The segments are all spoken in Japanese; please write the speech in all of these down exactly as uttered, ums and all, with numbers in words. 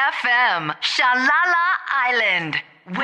エム Shalala Island with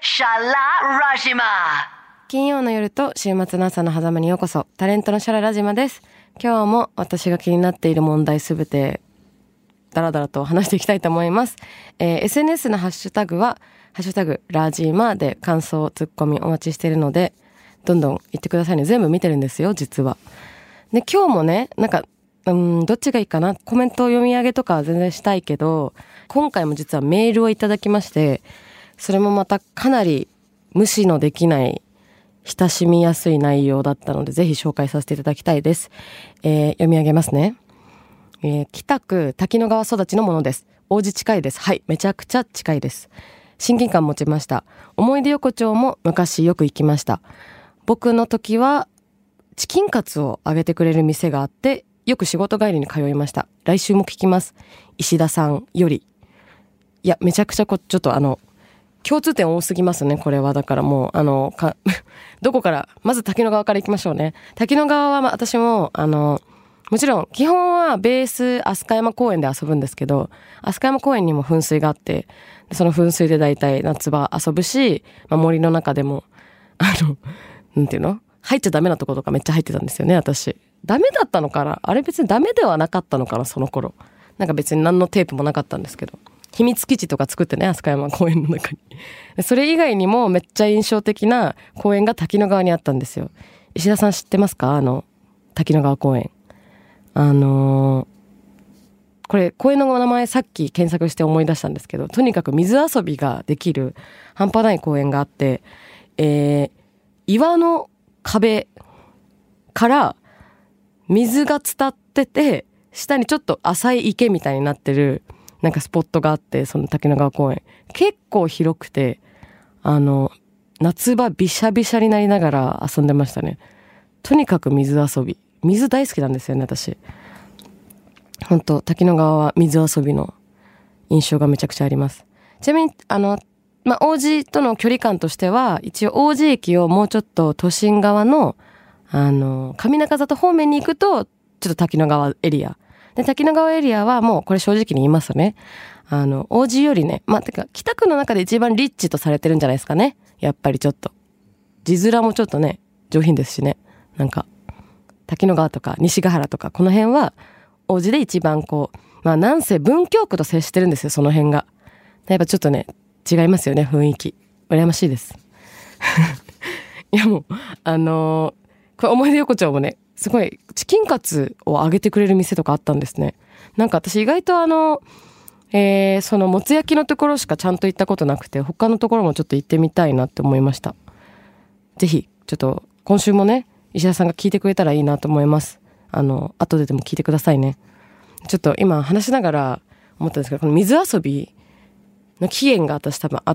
Shala Rajima。 金曜の夜と週末の朝の狭間にようこそ。タレントのシャララジマです。今日も私が気になっている問題すべてダラダラと話していきたいと思います。えー、エスエヌエス のハッシュタグはハッシュタグラジマで感想ツッコミお待ちしているのでどんどん言ってくださいね。全部見てるんですよ実は。で今日もねなんかうーんどっちがいいかな、コメント読み上げとかは全然したいけど、今回も実はメールをいただきまして、それもまたかなり無視のできない親しみやすい内容だったのでぜひ紹介させていただきたいです。えー、読み上げますね。えー、北区滝野川育ちのものです。王子近いです。はい、めちゃくちゃ近いです。親近感持ちました。思い出横丁も昔よく行きました。僕の時はチキンカツをあげてくれる店があってよく仕事帰りに通いました。来週も聞きます。石田さんより。いやめちゃくちゃこちょっとあの共通点多すぎますねこれは。だからもうあのかどこからまず滝野川から行きましょうね。滝野川は、まあ、私もあのもちろん基本はベース飛鳥山公園で遊ぶんですけど、飛鳥山公園にも噴水があってその噴水でだいたい夏場遊ぶし、まあ、森の中でもあのなんていうの入っちゃダメなとことかめっちゃ入ってたんですよね私。ダメだったのかな、あれ別にダメではなかったのかなその頃。なんか別に何のテープもなかったんですけど、秘密基地とか作ってね飛鳥山公園の中に。それ以外にもめっちゃ印象的な公園が滝野川にあったんですよ。石田さん知ってますか、あの滝野川公園。あのー、これ公園の名前さっき検索して思い出したんですけど、とにかく水遊びができる半端ない公園があって、えー、岩の壁から水が伝ってて下にちょっと浅い池みたいになってるなんかスポットがあって、その滝野川公園結構広くて、あの夏場びしゃびしゃになりながら遊んでましたね。とにかく水遊び、水大好きなんですよね私。本当滝野川は水遊びの印象がめちゃくちゃあります。ちなみにあのまあ王子との距離感としては一応王子駅をもうちょっと都心側のあの上中里方面に行くとちょっと滝野川エリアで、滝野川エリアはもうこれ正直に言いますとね、あの王子よりね、まあてか北区の中で一番リッチとされてるんじゃないですかね。やっぱりちょっと字面もちょっとね上品ですしね。なんか滝野川とか西ヶ原とかこの辺は王子で一番こうまあなんせ文京区と接してるんですよその辺が。やっぱちょっとね違いますよね雰囲気。羨ましいですいやもうあのーこれ思い出横丁もねすごいチキンカツをあげてくれる店とかあったんですね。なんか私意外とあの、えー、そのもつ焼きのところしかちゃんと行ったことなくて、他のところもちょっと行ってみたいなって思いました。ぜひちょっと今週もね石田さんが聞いてくれたらいいなと思います。あの後ででも聞いてくださいね。ちょっと今話しながら思ったんですけど、この水遊びの起源が私多分あって、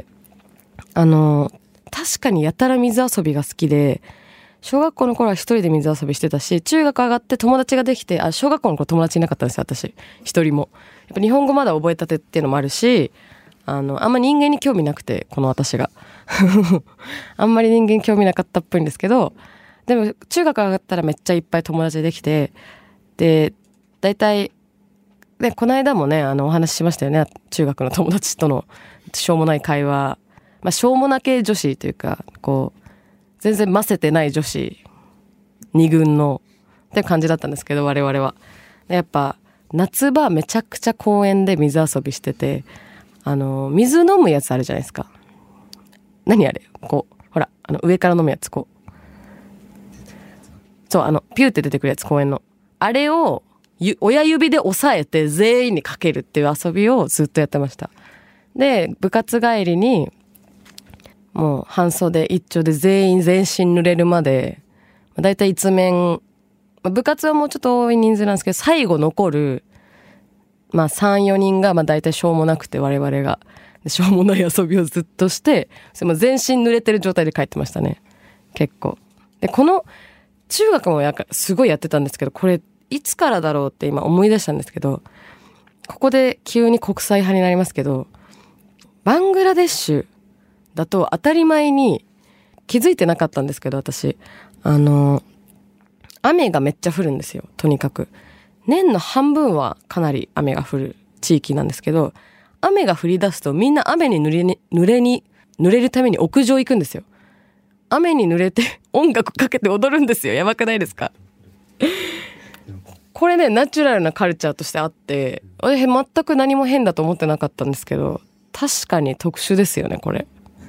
あの確かにやたら水遊びが好きで、小学校の頃は一人で水遊びしてたし、中学上がって友達ができて、あ、小学校の頃友達いなかったんですよ私一人も。やっぱ日本語まだ覚えたてっていうのもあるし、あのあんま人間に興味なくてこの私があんまり人間興味なかったっぽいんですけど、でも中学上がったらめっちゃいっぱい友達できて、で大体でこの間もねあのお話ししましたよね、中学の友達とのしょうもない会話。まあしょうもな系女子というかこう全然ませてない女子二軍のって感じだったんですけど、我々はやっぱ夏場めちゃくちゃ公園で水遊びしてて、あの水飲むやつあるじゃないですか。何あれ、こうほらあの上から飲むやつ、こうそうあのピューって出てくるやつ、公園のあれをゆ親指で押さえて全員にかけるっていう遊びをずっとやってました。で部活帰りにもう半袖一丁で全員全身濡れるまで、だいたい一面、部活はもうちょっと多い人数なんですけど、最後残るまあさん、よにんがまあだいたいしょうもなくて、我々がしょうもない遊びをずっとして、それも全身濡れてる状態で帰ってましたね結構。でこの中学もやかすごいやってたんですけど、これいつからだろうって今思い出したんですけど、ここで急に国際派になりますけど、バングラデシュだと当たり前に気づいてなかったんですけど、私あの雨がめっちゃ降るんですよ。とにかく年の半分はかなり雨が降る地域なんですけど、 雨が降り出すとみんな雨に濡れに、濡れに、濡れるために屋上行くんですよ。雨に濡れて音楽かけて踊るんですよ。やばくないですか？これね、ナチュラルなカルチャーとしてあって、私全く何も変だと思ってなかったんですけど、確かに特殊ですよね、これ。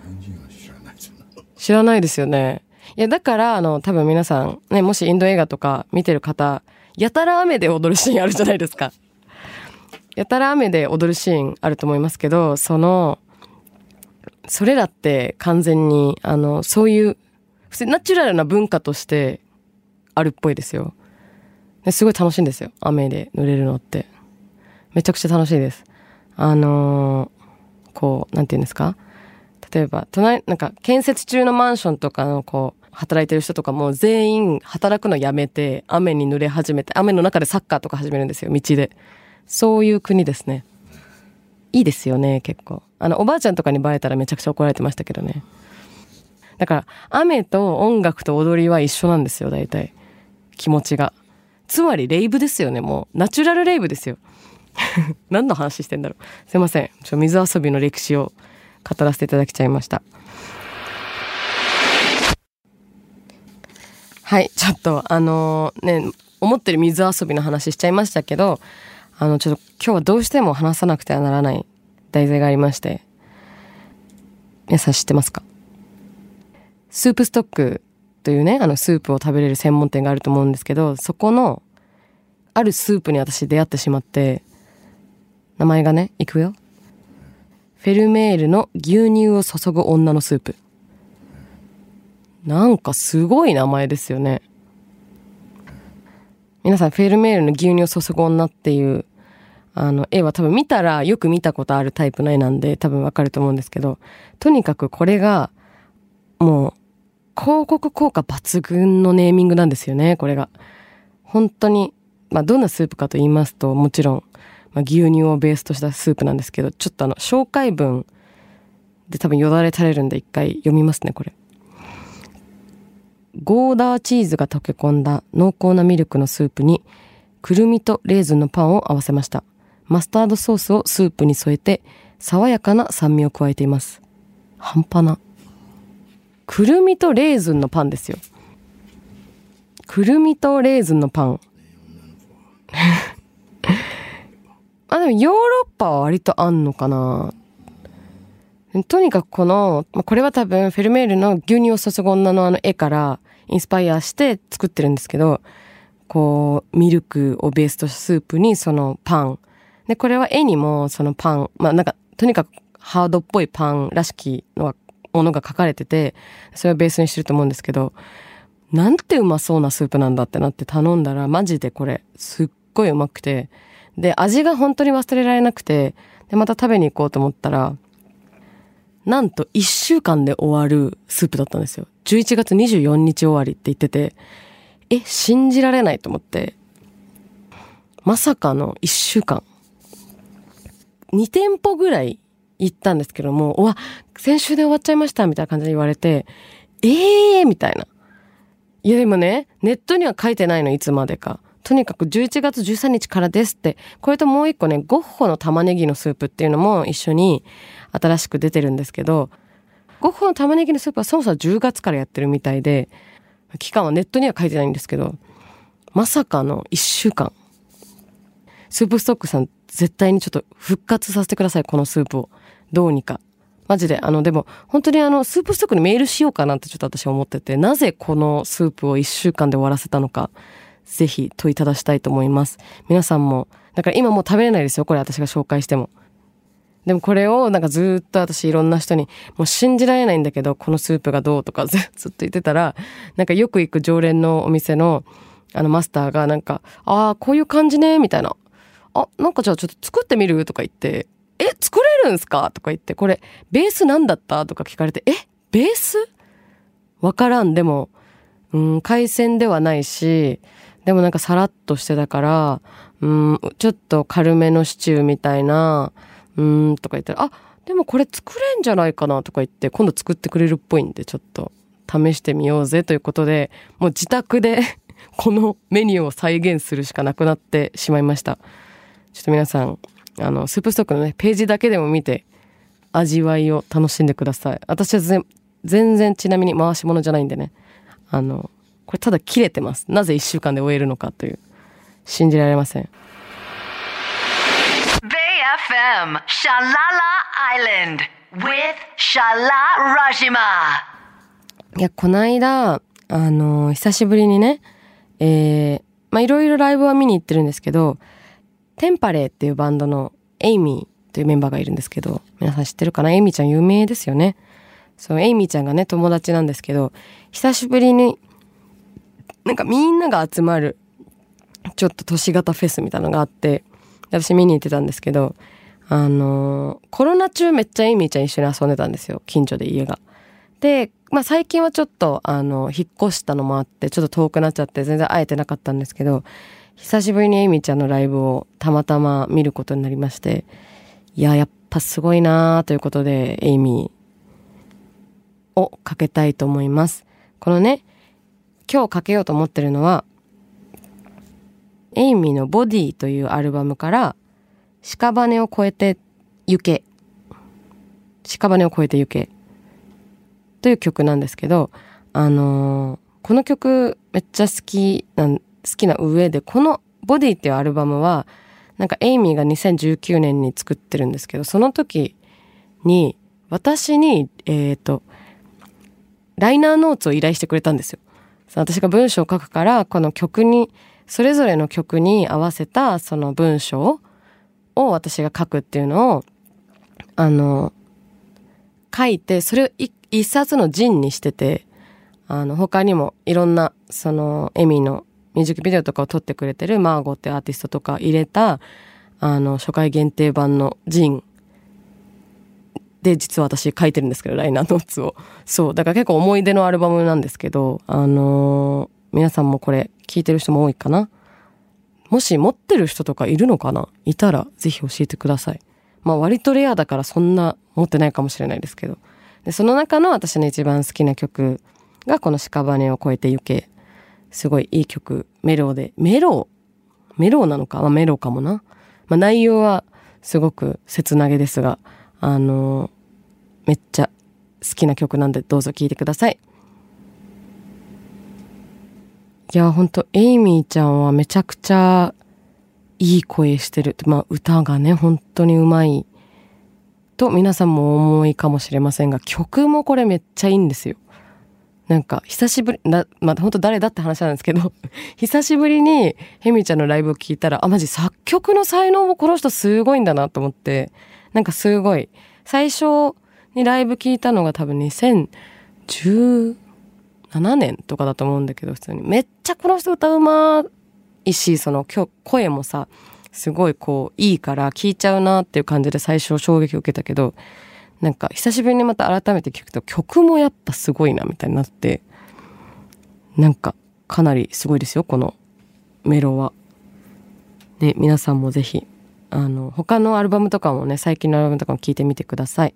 知らないですよね。いや、だから、あの、多分皆さん、ね、もしインド映画とか見てる方、やたら雨で踊るシーンあるじゃないですか。やたら雨で踊るシーンあると思いますけど、その、それらって完全に、あの、そういう、普通にナチュラルな文化としてあるっぽいですよ。ですごい楽しいんですよ。雨で濡れるのって。めちゃくちゃ楽しいです。あのー、こう、なんていうんですか？例えば、隣、なんか、建設中のマンションとかの、こう、働いてる人とかも全員働くのやめて、雨に濡れ始めて、雨の中でサッカーとか始めるんですよ、道で。そういう国ですね。いいですよね、結構。あの、おばあちゃんとかにバレたらめちゃくちゃ怒られてましたけどね。だから、雨と音楽と踊りは一緒なんですよ、大体。気持ちが。つまり、レイブですよね、もう。ナチュラルレイブですよ。何の話してんだろう。すいません。ちょ水遊びの歴史を語らせていただきちゃいました。はい、ちょっと、あのー、ね、思ってる水遊びの話しちゃいましたけど、あの、ちょっと今日はどうしても話さなくてはならない題材がありまして、皆さん知ってますか？スープストックというね、あのスープを食べれる専門店があると思うんですけど、そこのあるスープに私出会ってしまって、名前がね、いくよ。フェルメールの牛乳を注ぐ女のスープ。なんかすごい名前ですよね。皆さん、フェルメールの牛乳を注ぐ女っていうあの絵は多分見たらよく見たことあるタイプの絵なんで多分わかると思うんですけど、とにかくこれがもう広告効果抜群のネーミングなんですよね。これが本当に、まあどんなスープかと言いますと、もちろん、まあ、牛乳をベースとしたスープなんですけど、ちょっとあの紹介文で多分よだれ垂れるんで一回読みますね。これ、ゴーダーチーズが溶け込んだ濃厚なミルクのスープにくるみとレーズンのパンを合わせました。マスタードソースをスープに添えて爽やかな酸味を加えています。半端な。くるみとレーズンのパンですよ。くるみとレーズンのパンあ、でもヨーロッパは割とあんのかな。とにかくこの、これは多分フェルメールの牛乳を注ぐ女のあの絵からインスパイアして作ってるんですけど、こうミルクをベースとしたスープにそのパンで、これは絵にもそのパン、まあなんかとにかくハードっぽいパンらしきのがものが書かれてて、それをベースにしてると思うんですけど、なんてうまそうなスープなんだってなって頼んだら、マジでこれすっごいうまくて、で味が本当に忘れられなくて、でまた食べに行こうと思ったら、なんといっしゅうかんで終わるスープだったんですよ。じゅういちがつにじゅうよっか終わりって言ってて、え、信じられないと思って、まさかのいっしゅうかん。に店舗ぐらい行ったんですけども、うわ、先週で終わっちゃいましたみたいな感じで言われて、えーみたいな。いやでもね、ネットには書いてないの、いつまでか。とにかくじゅういちがつじゅうさんにちからですって。これともう一個ね、ゴッホの玉ねぎのスープっていうのも一緒に新しく出てるんですけど、ゴッホの玉ねぎのスープはそもそもじゅうがつからやってるみたいで、期間はネットには書いてないんですけど、まさかのいっしゅうかん。スープストックさん絶対にちょっと復活させてください、このスープを。どうにか。マジで、あの、でも、本当にあの、スープストックにメールしようかなってちょっと私は思ってて、なぜこのスープをいっしゅうかんで終わらせたのか、ぜひ問いただしたいと思います。皆さんも、だから今もう食べれないですよ、これ私が紹介しても。でもこれをなんかずっと私いろんな人に、もう信じられないんだけど、このスープがどうとかずっと言ってたら、なんかよく行く常連のお店の、あのマスターがなんか、ああ、こういう感じね、みたいな。あ、なんかじゃあちょっと作ってみるとか言って、え、作れるんすかとか言って、これ、ベースなんだったとか聞かれて、え、ベースわからん。でも、うん、海鮮ではないし、でもなんかさらっとしてたから、うん、ちょっと軽めのシチューみたいな、うんとか言ったら、あ、でもこれ作れんじゃないかなとか言って、今度作ってくれるっぽいんで、ちょっと試してみようぜということで、もう自宅でこのメニューを再現するしかなくなってしまいました。ちょっと皆さん、 あのスープストックのねページだけでも見て味わいを楽しんでください。私は全全然ちなみに回し物じゃないんでね、あのこれただ切れてます。なぜいっしゅうかんで終えるのかという、信じられません。 Bay エフエム Shalala Island with Shala Rajima。 いやこの間あの久しぶりにね、えー、まあいろいろライブは見に行ってるんですけど、テンパレーっていうバンドのエイミーというメンバーがいるんですけど、皆さん知ってるかな。エイミーちゃん有名ですよね。そう、エイミーちゃんがね友達なんですけど、久しぶりになんかみんなが集まるちょっと都市型フェスみたいなのがあって、私見に行ってたんですけど、あのー、コロナ中めっちゃエイミーちゃん一緒に遊んでたんですよ、近所で家が。で、まあ最近はちょっとあの引っ越したのもあってちょっと遠くなっちゃって全然会えてなかったんですけど、久しぶりにエイミーちゃんのライブをたまたま見ることになりまして、いややっぱすごいなーということでエイミーをかけたいと思います。このね今日かけようと思ってるのはエイミーのボディというアルバムから屍を越えて行け屍を越えて行けという曲なんですけど、あのー、この曲めっちゃ好きなん好きな上で、このボディっていうアルバムはなんかエイミーがにせんじゅうきゅうねんに作ってるんですけど、その時に私にえっとライナーノーツを依頼してくれたんですよ。私が文章を書くからこの曲にそれぞれの曲に合わせたその文章を私が書くっていうのをあの書いて、それを一冊のジンにしてて、あの他にもいろんなそのエミのミュージックビデオとかを撮ってくれてるマーゴってアーティストとか入れたあの初回限定版のジンで実は私書いてるんですけど、ライナーノーツを。そうだから結構思い出のアルバムなんですけど、あのー、皆さんもこれ聞いてる人も多いかな。もし持ってる人とかいるのかな、いたらぜひ教えてください。まあ割とレアだからそんな持ってないかもしれないですけど、でその中の私の一番好きな曲がこの屍を越えて行け。すごいいい曲、メロでメロメロなのか、まあ、メロかもな、まあ、内容はすごく切なげですが、あのー、めっちゃ好きな曲なんでどうぞ聴いてください。いやほんとエイミーちゃんはめちゃくちゃいい声してる、まあ歌がね本当にうまいと皆さんもお思いかもしれませんが、曲もこれめっちゃいいんですよ。なんか久しぶりな、まあ本当誰だって話なんですけど久しぶりにヘミちゃんのライブを聞いたら、あマジ作曲の才能もこの人すごいんだなと思って、なんかすごい最初にライブ聞いたのが多分にせんじゅうななねんとかだと思うんだけど、普通にめっちゃこの人歌うまいし、その今日声もさすごいこういいから聴いちゃうなっていう感じで最初衝撃を受けたけど、なんか久しぶりにまた改めて聞くと曲もやっぱすごいなみたいになって、なんかかなりすごいですよこのメロはね。皆さんもぜひあの他のアルバムとかもね、最近のアルバムとかも聴いてみてください。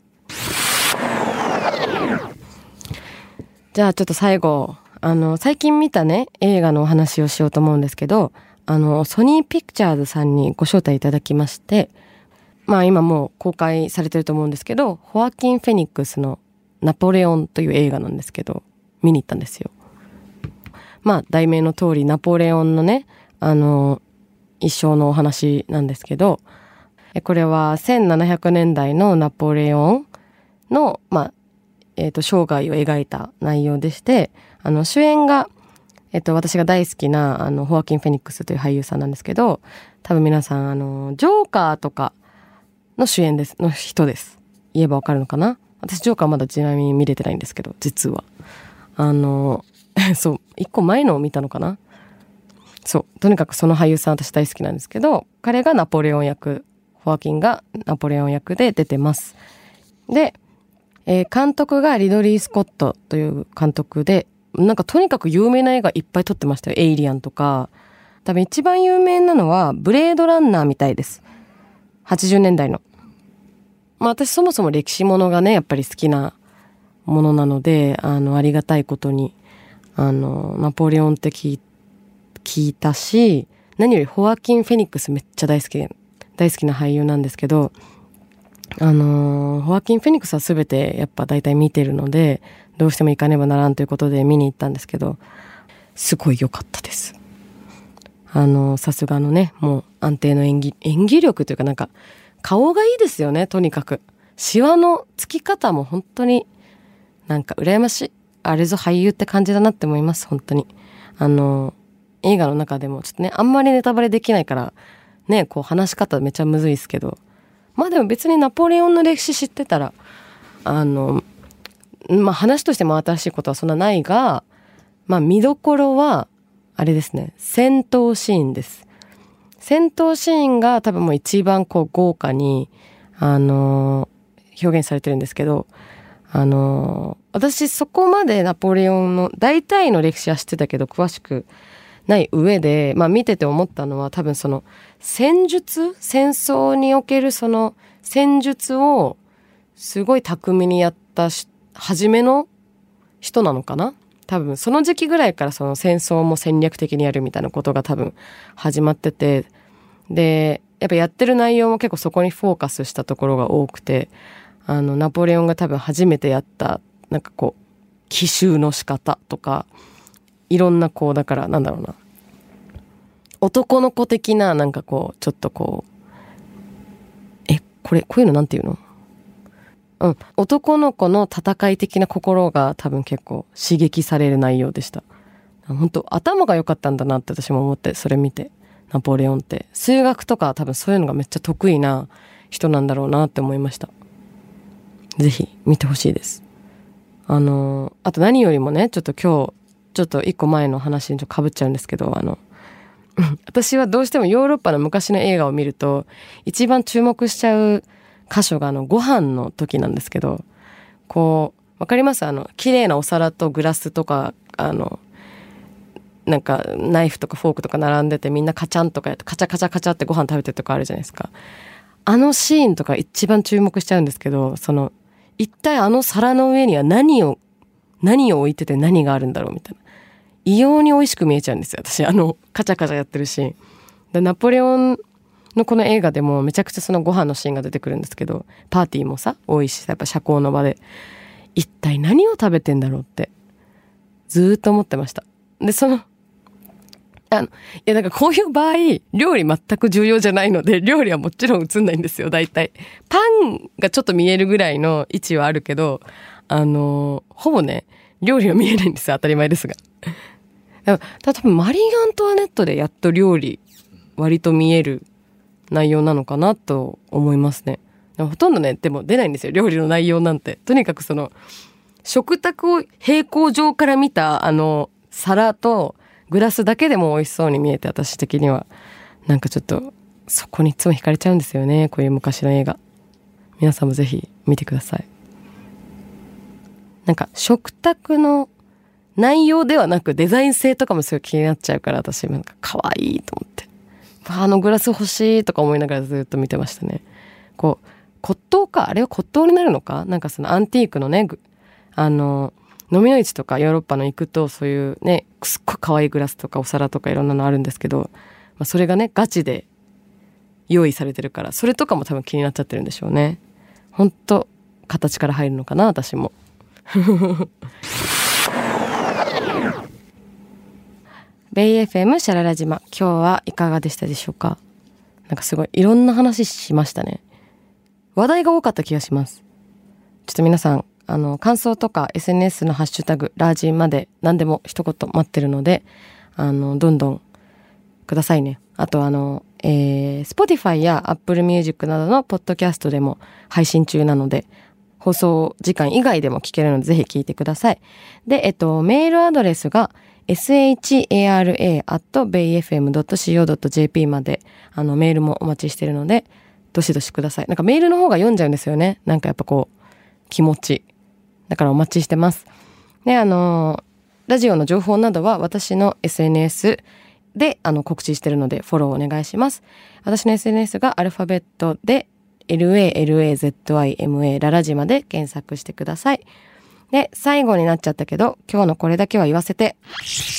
じゃあちょっと最後あの最近見たね映画のお話をしようと思うんですけど、あのソニーピクチャーズさんにご招待いただきまして、まあ今もう公開されてると思うんですけど、ホアキン・フェニックスのナポレオンという映画なんですけど、見に行ったんですよ。まあ題名の通りナポレオンのねあの一生のお話なんですけど、これはせんななひゃくねんだいのナポレオンのまあえっと生涯を描いた内容でして、あの主演がえっと私が大好きなあのホアキン・フェニックスという俳優さんなんですけど、多分皆さんあのジョーカーとかの主演ですの人です。言えばわかるのかな。私ジョーカーまだちなみに見れてないんですけど、実はあのそう一個前のを見たのかな。そうとにかくその俳優さん私大好きなんですけど、彼がナポレオン役、ホアキンがナポレオン役で出てます。で、えー、監督がリドリー・スコットという監督で、なんかとにかく有名な映画いっぱい撮ってましたよ。エイリアンとか、多分一番有名なのはブレードランナーみたいです。はちじゅうねんだいの。まあ私そもそも歴史ものがねやっぱり好きなものなので、あのありがたいことにあのナポレオンって聞い、聞いたし、何よりホアキン・フェニックスめっちゃ大好き大好きな俳優なんですけど、あのー、ホアキン・フェニックスは全てやっぱ大体見てるので、どうしても行かねばならんということで見に行ったんですけど、すごい良かったです。あのー、さすがのね、もう安定の演技、演技力というかなんか、顔がいいですよね、とにかく。シワのつき方も本当になんか羨ましい。あれぞ俳優って感じだなって思います、本当に。あのー、映画の中でもちょっとね、あんまりネタバレできないから、ね、こう話し方めちゃむずいですけど、まあでも別にナポレオンの歴史知ってたら、あの、まあ話としても新しいことはそんなないが、まあ見どころは、あれですね、戦闘シーンです。戦闘シーンが多分もう一番こう豪華に、あの、表現されてるんですけど、あの、私そこまでナポレオンの大体の歴史は知ってたけど、詳しくない上で、まあ見てて思ったのは多分その戦術、戦争におけるその戦術をすごい巧みにやったし初めの人なのかな。多分その時期ぐらいからその戦争も戦略的にやるみたいなことが多分始まってて、でやっぱやってる内容も結構そこにフォーカスしたところが多くて、あのナポレオンが多分初めてやったなんかこう奇襲の仕方とか、いろんなこうだからなんだろうな、男の子的ななんかこうちょっとこうえこれこういうのなんていうの、うん男の子の戦い的な心が多分結構刺激される内容でした。本当頭が良かったんだなって私も思って、それ見てナポレオンって数学とか多分そういうのがめっちゃ得意な人なんだろうなって思いました。ぜひ見てほしいです。あのあと何よりもね、ちょっと今日ちょっと一個前の話にちょっと被っちゃうんですけど、あの私はどうしてもヨーロッパの昔の映画を見ると一番注目しちゃう箇所があのご飯の時なんですけど、こうわかります？あの綺麗なお皿とグラスとか、あのなんかナイフとかフォークとか並んでて、みんなカチャンとかやってカチャカチャカチャってご飯食べてるとかあるじゃないですか。あのシーンとか一番注目しちゃうんですけど、その一体あの皿の上には何を何を置いてて何があるんだろうみたいな、異様に美味しく見えちゃうんですよ、私。あのカチャカチャやってるシーンで、ナポレオンのこの映画でもめちゃくちゃそのご飯のシーンが出てくるんですけど、パーティーもさ多いし、やっぱ社交の場で一体何を食べてんだろうってずーっと思ってました。でそのあのいやなんかこういう場合料理全く重要じゃないので、料理はもちろん映んないんですよ。大体パンがちょっと見えるぐらいの位置はあるけど、あのほぼね料理は見えないんですよ、当たり前ですが。だから多分マリー・アントワネットでやっと料理割と見える内容なのかなと思いますね。ほとんどねでも出ないんですよ、料理の内容なんて。とにかくその食卓を平行上から見たあの皿とグラスだけでも美味しそうに見えて、私的にはなんかちょっとそこにいつも惹かれちゃうんですよね、こういう昔の映画。皆さんもぜひ見てください。なんか食卓の内容ではなくデザイン性とかもすごい気になっちゃうから、私なんか可愛いと思って、あのグラス欲しいとか思いながらずっと見てましたね。こう骨董か、あれは骨董になるのか、なんかそのアンティークのね、あの飲みの市とかヨーロッパの行くとそういうねすっごい可愛いグラスとかお皿とかいろんなのあるんですけど、まあ、それがねガチで用意されてるから、それとかも多分気になっちゃってるんでしょうね。ほんと形から入るのかな、私も。ベイ エフエム シャララ島、今日はいかがでしたでしょうか。なんかすごいいろんな話しましたね。話題が多かった気がします。ちょっと皆さんあの感想とか エスエヌエス のハッシュタグラージンまで何でも一言待ってるので、あのどんどんくださいね。あとあの、えー、Spotify や Apple Music などのポッドキャストでも配信中なので、放送時間以外でも聞けるのでぜひ聞いてください。で、えっとメールアドレスが エスエイチエーアールエー アット ベイエフエム ドット シーオー ドット ジェーピー まであのメールもお待ちしてるのでどしどしください。なんかメールの方が読んじゃうんですよね。なんかやっぱこう気持ちだからお待ちしてます。で、あのラジオの情報などは私の エスエヌエス であの告知してるのでフォローお願いします。私の エスエヌエス がアルファベットで エルエーエルエーゼットアイエムエー ララジマで検索してください。で、最後になっちゃったけど今日のこれだけは言わせて、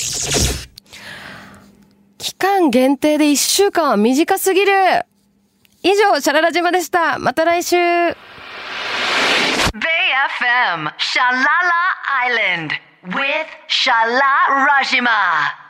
期間限定でいっしゅうかんは短すぎる。 以上シャララ島でした。また来週。 Bay エフエム Shalala Island with Shala Rajima.